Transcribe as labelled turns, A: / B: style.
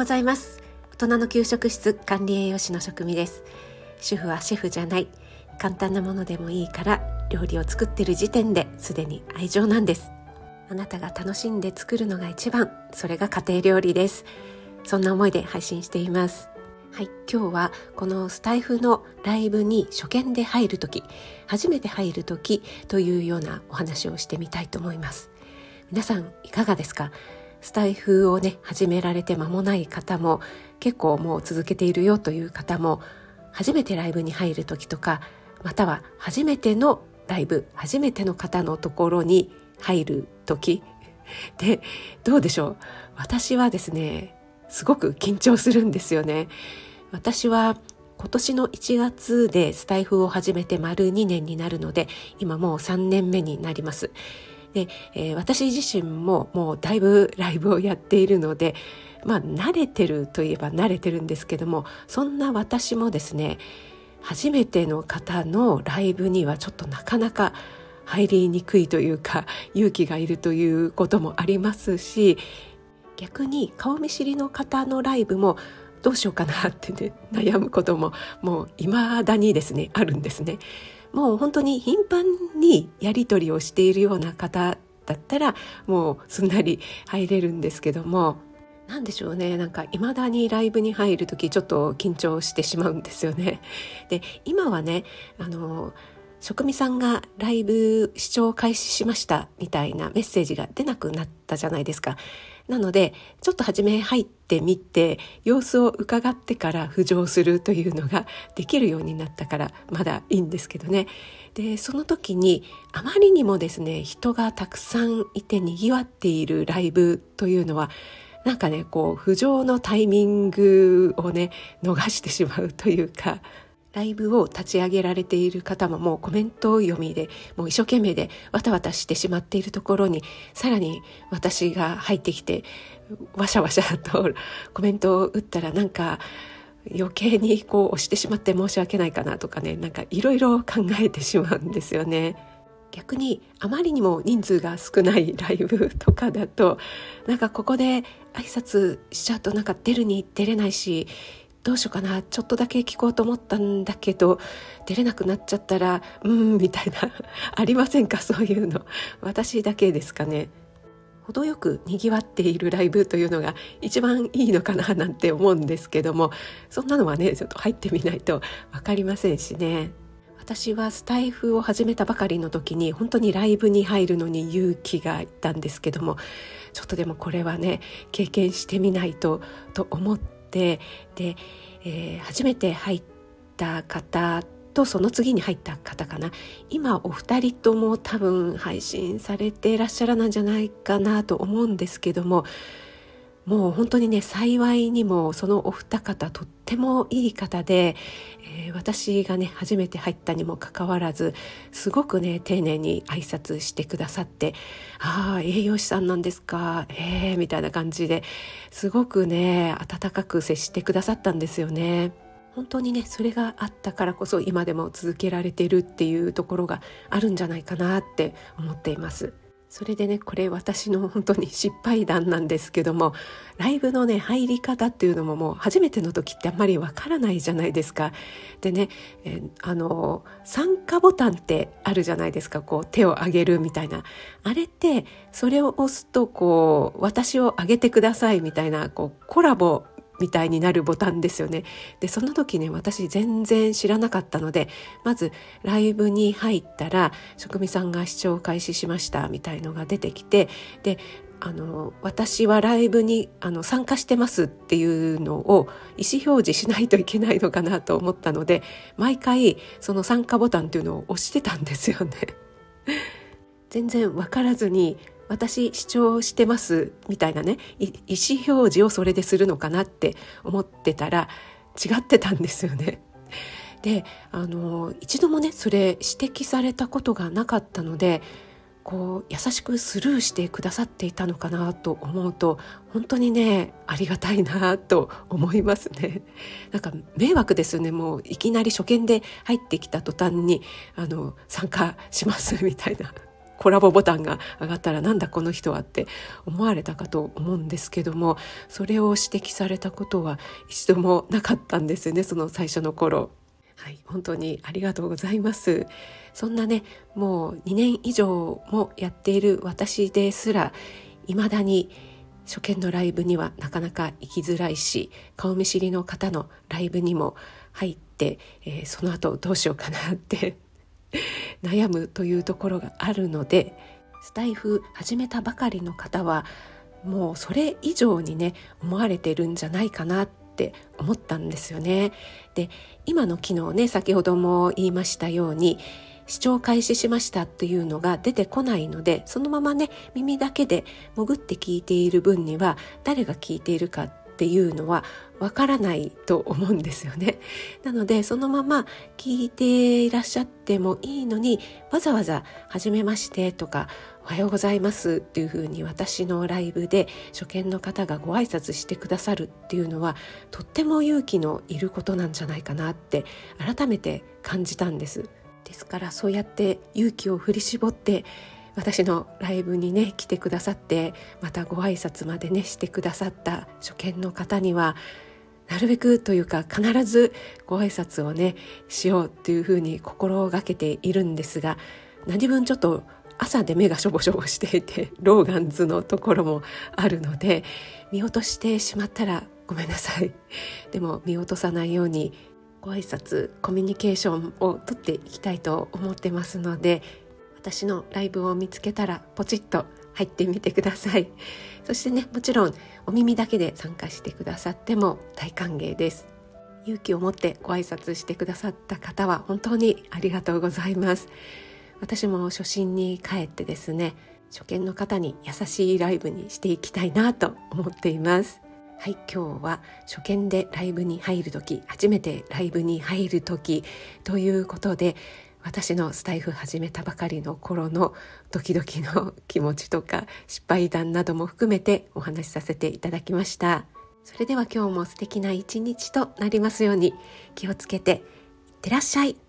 A: ございます。大人の給食室管理栄養士の食味です。主婦はシェフじゃない、簡単なものでもいいから料理を作っている時点ですでに愛情なんです。あなたが楽しんで作るのが一番、それが家庭料理です。そんな思いで配信しています。はい、今日はこのスタイフのライブに初見で入るとき、初めて入るときというようなお話をしてみたいと思います。皆さんいかがですか？スタイフをね始められて間もない方も、結構もう続けているよという方も、初めてライブに入るときとか、または初めてのライブ、初めての方のところに入るときで、どうでしょう？私はですね、すごく緊張するんですよね。私は今年の1月でスタイフを始めて丸2年になるので、今もう3年目になります。で、私自身ももうだいぶライブをやっているので、慣れてるといえば慣れてるんですけども、そんな私もですね、初めての方のライブにはちょっとなかなか入りにくいというか、勇気がいるということもありますし、逆に顔見知りの方のライブもどうしようかなってね、悩むことももう未だにですね、あるんですね。もう本当に頻繁にやり取りをしているような方だったらもうすんなり入れるんですけども、なんでしょうね、未だにライブに入るときちょっと緊張してしまうんですよね。で、今はね、食味さんがライブ視聴開始しましたみたいなメッセージが出なくなったじゃないですか。なのでちょっと初め入ってみて様子を伺ってから浮上するというのができるようになったからまだいいんですけどね。で、その時にあまりにもですね、人がたくさんいて賑わっているライブというのは浮上のタイミングをね逃してしまうというか、ライブを立ち上げられている方ももうコメント読みでもう一生懸命でわたわたしてしまっているところに、さらに私が入ってきてわしゃわしゃとコメントを打ったら余計に押してしまって申し訳ないかなとかね、いろいろ考えてしまうんですよね。逆にあまりにも人数が少ないライブとかだとここで挨拶しちゃうと出るに出れないし、どうしようかな、ちょっとだけ聞こうと思ったんだけど出れなくなっちゃったらみたいなありませんか？そういうの私だけですかね。程よくにぎわっているライブというのが一番いいのかななんて思うんですけども、そんなのはねちょっと入ってみないと分かりませんしね。私はスタイフを始めたばかりの時に本当にライブに入るのに勇気がいったんですけども、ちょっとでもこれはね経験してみないとと思って、で、初めて入った方とその次に入った方かな、今お二人とも多分配信されていらっしゃらないんじゃないかなと思うんですけども、もう本当にね、幸いにもそのお二方とってもいい方で、私がね初めて入ったにもかかわらずすごくね丁寧に挨拶してくださって、栄養士さんなんですか、みたいな感じですごくね温かく接してくださったんですよね。本当にねそれがあったからこそ今でも続けられているっていうところがあるんじゃないかなって思っています。それでね、これ私の本当に失敗談なんですけども、ライブのね入り方っていうのももう初めての時ってあんまりわからないじゃないですか。でね、参加ボタンってあるじゃないですか、手を挙げるみたいな、あれってそれを押すと私を挙げてくださいみたいなコラボみたいになるボタンですよね。で、その時ね私全然知らなかったので、まずライブに入ったら食味さんが視聴開始しましたみたいのが出てきて、で私はライブに参加してますっていうのを意思表示しないといけないのかなと思ったので、毎回その参加ボタンっていうのを押してたんですよね。全然わからずに、私視聴してますみたいなね意思表示をそれでするのかなって思ってたら違ってたんですよね。で、一度もねそれ指摘されたことがなかったので、優しくスルーしてくださっていたのかなと思うと、本当にねありがたいなと思いますね。迷惑ですよね。もういきなり初見で入ってきた途端に参加しますみたいなコラボボタンが上がったらなんだこの人はって思われたかと思うんですけども、それを指摘されたことは一度もなかったんですよね、その最初の頃。はい、本当にありがとうございます。そんなね、もう2年以上もやっている私ですら未だに初見のライブにはなかなか行きづらいし、顔見知りの方のライブにも入って、その後どうしようかなって悩むというところがあるので、スタイフ始めたばかりの方はもうそれ以上にね思われてるんじゃないかなって思ったんですよね。で、今の機能ね、先ほども言いましたように視聴開始しましたっていうのが出てこないので、そのままね耳だけで潜って聞いている分には誰が聞いているかっていうのはわからないと思うんですよね。なのでそのまま聞いていらっしゃってもいいのに、わざわざ初めましてとかおはようございますっていう風に私のライブで初見の方がご挨拶してくださるっていうのはとっても勇気のいることなんじゃないかなって改めて感じたんです。ですからそうやって勇気を振り絞って私のライブにね来てくださって、またご挨拶までねしてくださった初見の方にはなるべくというか必ずご挨拶をねしようっていうふうに心がけているんですが、何分ちょっと朝で目がしょぼしょぼしていてローガンズのところもあるので、見落としてしまったらごめんなさい。でも見落とさないようにご挨拶コミュニケーションをとっていきたいと思ってますので、私のライブを見つけたらポチッと入ってみてください。そしてね、もちろんお耳だけで参加してくださっても大歓迎です。勇気を持ってご挨拶してくださった方は本当にありがとうございます。私も初心に帰ってですね、初見の方に優しいライブにしていきたいなと思っています。はい、今日は初見でライブに入るとき、初めてライブに入るときということで、私のスタイフ始めたばかりの頃のドキドキの気持ちとか失敗談なども含めてお話しさせていただきました。それでは今日も素敵な一日となりますように、気をつけていってらっしゃい。